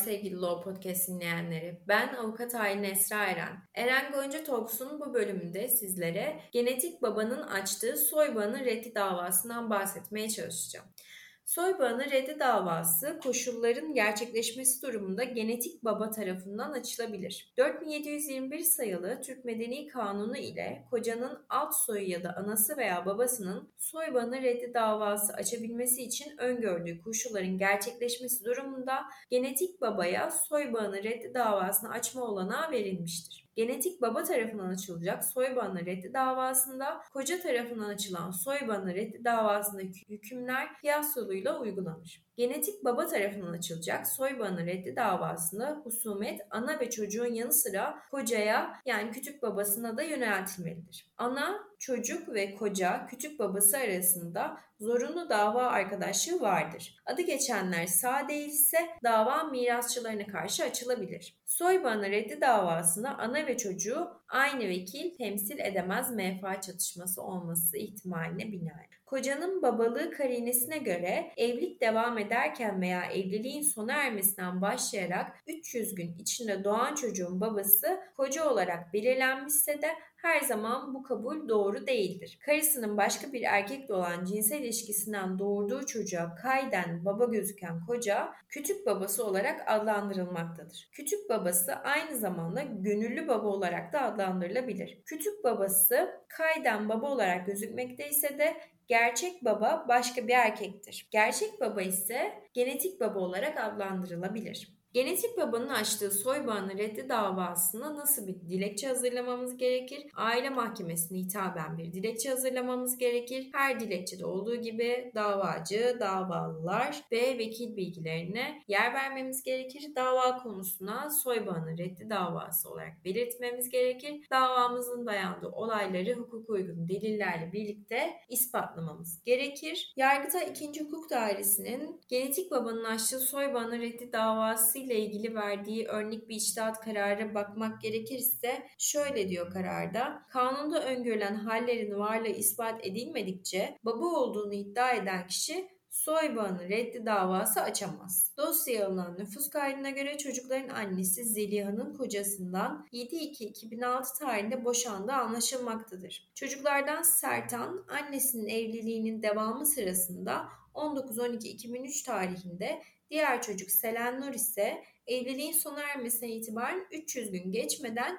sevgili Law Podcast dinleyenleri. Ben avukat Aylin Esra Eren. Eren Gonca Talks'un bu bölümünde sizlere genetik babanın açtığı soy bağının reddi davasından bahsetmeye çalışacağım. Soy bağının reddi davası koşulların gerçekleşmesi durumunda genetik baba tarafından açılabilir. 4721 sayılı Türk Medeni Kanunu ile kocanın alt soyu ya da anası veya babasının soy bağının reddi davası açabilmesi için öngördüğü koşulların gerçekleşmesi durumunda genetik babaya soy bağının reddi davasını açma olanağı verilmiştir. Genetik baba tarafından açılacak soy bağının reddi davasında koca tarafından açılan soy bağının reddi davasındaki hükümler kıyas yoluyla uygulanır. Genetik baba tarafından açılacak soy bağının reddi davasında husumet ana ve çocuğun yanı sıra kocaya yani kütük babasına da yöneltilmelidir. Ana, çocuk ve koca kütük babası arasında zorunlu dava arkadaşlığı vardır. Adı geçenler sağ değilse dava mirasçılarına karşı açılabilir. Soy bağının reddi davasında ana ve çocuğu aynı vekil temsil edemez menfaat çatışması olması ihtimaline binaen. Kocanın babalığı karinesine göre evlilik devam ederken veya evliliğin sona ermesinden başlayarak 300 gün içinde doğan çocuğun babası koca olarak belirlenmişse de her zaman bu kabul doğru değildir. Karısının başka bir erkekle olan cinsel ilişkisinden doğurduğu çocuğa kayden baba gözüken koca, kütük babası olarak adlandırılmaktadır. Kütük babası aynı zamanda gönüllü baba olarak da adlandırılabilir. Kütük babası kayden baba olarak gözükmekteyse de gerçek baba başka bir erkektir. Gerçek baba ise genetik baba olarak adlandırılabilir. Genetik babanın açtığı soy bağının reddi davasına nasıl bir dilekçe hazırlamamız gerekir? Aile mahkemesine hitaben bir dilekçe hazırlamamız gerekir. Her dilekçede olduğu gibi davacı, davalılar ve vekil bilgilerine yer vermemiz gerekir. Dava konusuna soy bağının reddi davası olarak belirtmemiz gerekir. Davamızın dayandığı olayları hukuka uygun delillerle birlikte ispatlamamız gerekir. Yargıtay 2. Hukuk Dairesi'nin genetik babanın açtığı soy bağının reddi davası ile ilgili verdiği örnek bir içtihat kararı bakmak gerekirse şöyle diyor kararda. Kanunda öngörülen hallerin varlığı ispat edilmedikçe baba olduğunu iddia eden kişi soy bağının reddi davası açamaz. Dosyaya alınan nüfus kaydına göre çocukların annesi Zeliha'nın kocasından 7/2/2006 tarihinde boşandığı anlaşılmaktadır. Çocuklardan Sertan annesinin evliliğinin devamı sırasında 19/12/2003 tarihinde, diğer çocuk Selennur ise evliliğin sona ermesine itibaren 300 gün geçmeden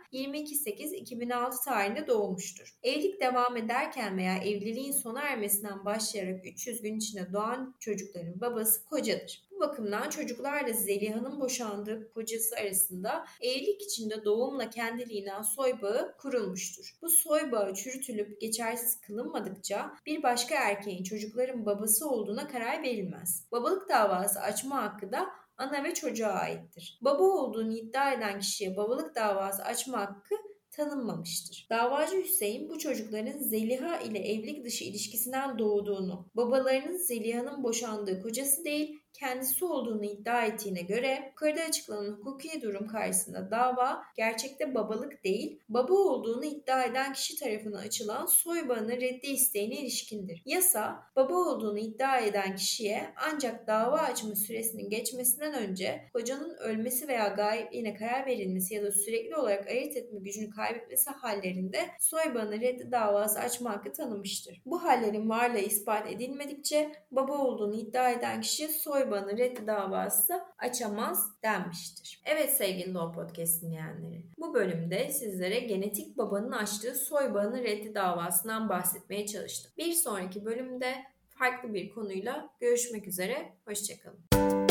22/8/2006 tarihinde doğmuştur. Evlilik devam ederken veya evliliğin sona ermesinden başlayarak 300 gün içinde doğan çocukların babası kocadır. Bu bakımdan çocuklarla Zeliha'nın boşandığı kocası arasında evlilik içinde doğumla kendiliğinden soy bağı kurulmuştur. Bu soy bağı çürütülüp geçersiz kılınmadıkça bir başka erkeğin çocukların babası olduğuna karar verilmez. Babalık davası açma hakkı da ana ve çocuğa aittir. Baba olduğunu iddia eden kişiye babalık davası açma hakkı tanınmamıştır. Davacı Hüseyin bu çocukların Zeliha ile evlilik dışı ilişkisinden doğduğunu, babalarının Zeliha'nın boşandığı kocası değil, kendisi olduğunu iddia ettiğine göre yukarıda açıklanan hukuki durum karşısında dava gerçekte babalık değil, baba olduğunu iddia eden kişi tarafından açılan soy bağının reddi isteğine ilişkindir. Yasa, baba olduğunu iddia eden kişiye ancak dava açma süresinin geçmesinden önce kocanın ölmesi veya gaybliğine karar verilmesi ya da sürekli olarak ayırt etme gücünü kaybetmesi hallerinde soy bağının reddi davası açma hakkı tanımıştır. Bu hallerin varlığı ispat edilmedikçe baba olduğunu iddia eden kişi soy bağının reddi davası açamaz denmiştir. Evet sevgili Law Podcast dinleyenleri, bu bölümde sizlere genetik babanın açtığı soy bağının reddi davasından bahsetmeye çalıştım. Bir sonraki bölümde farklı bir konuyla görüşmek üzere, hoşçakalın.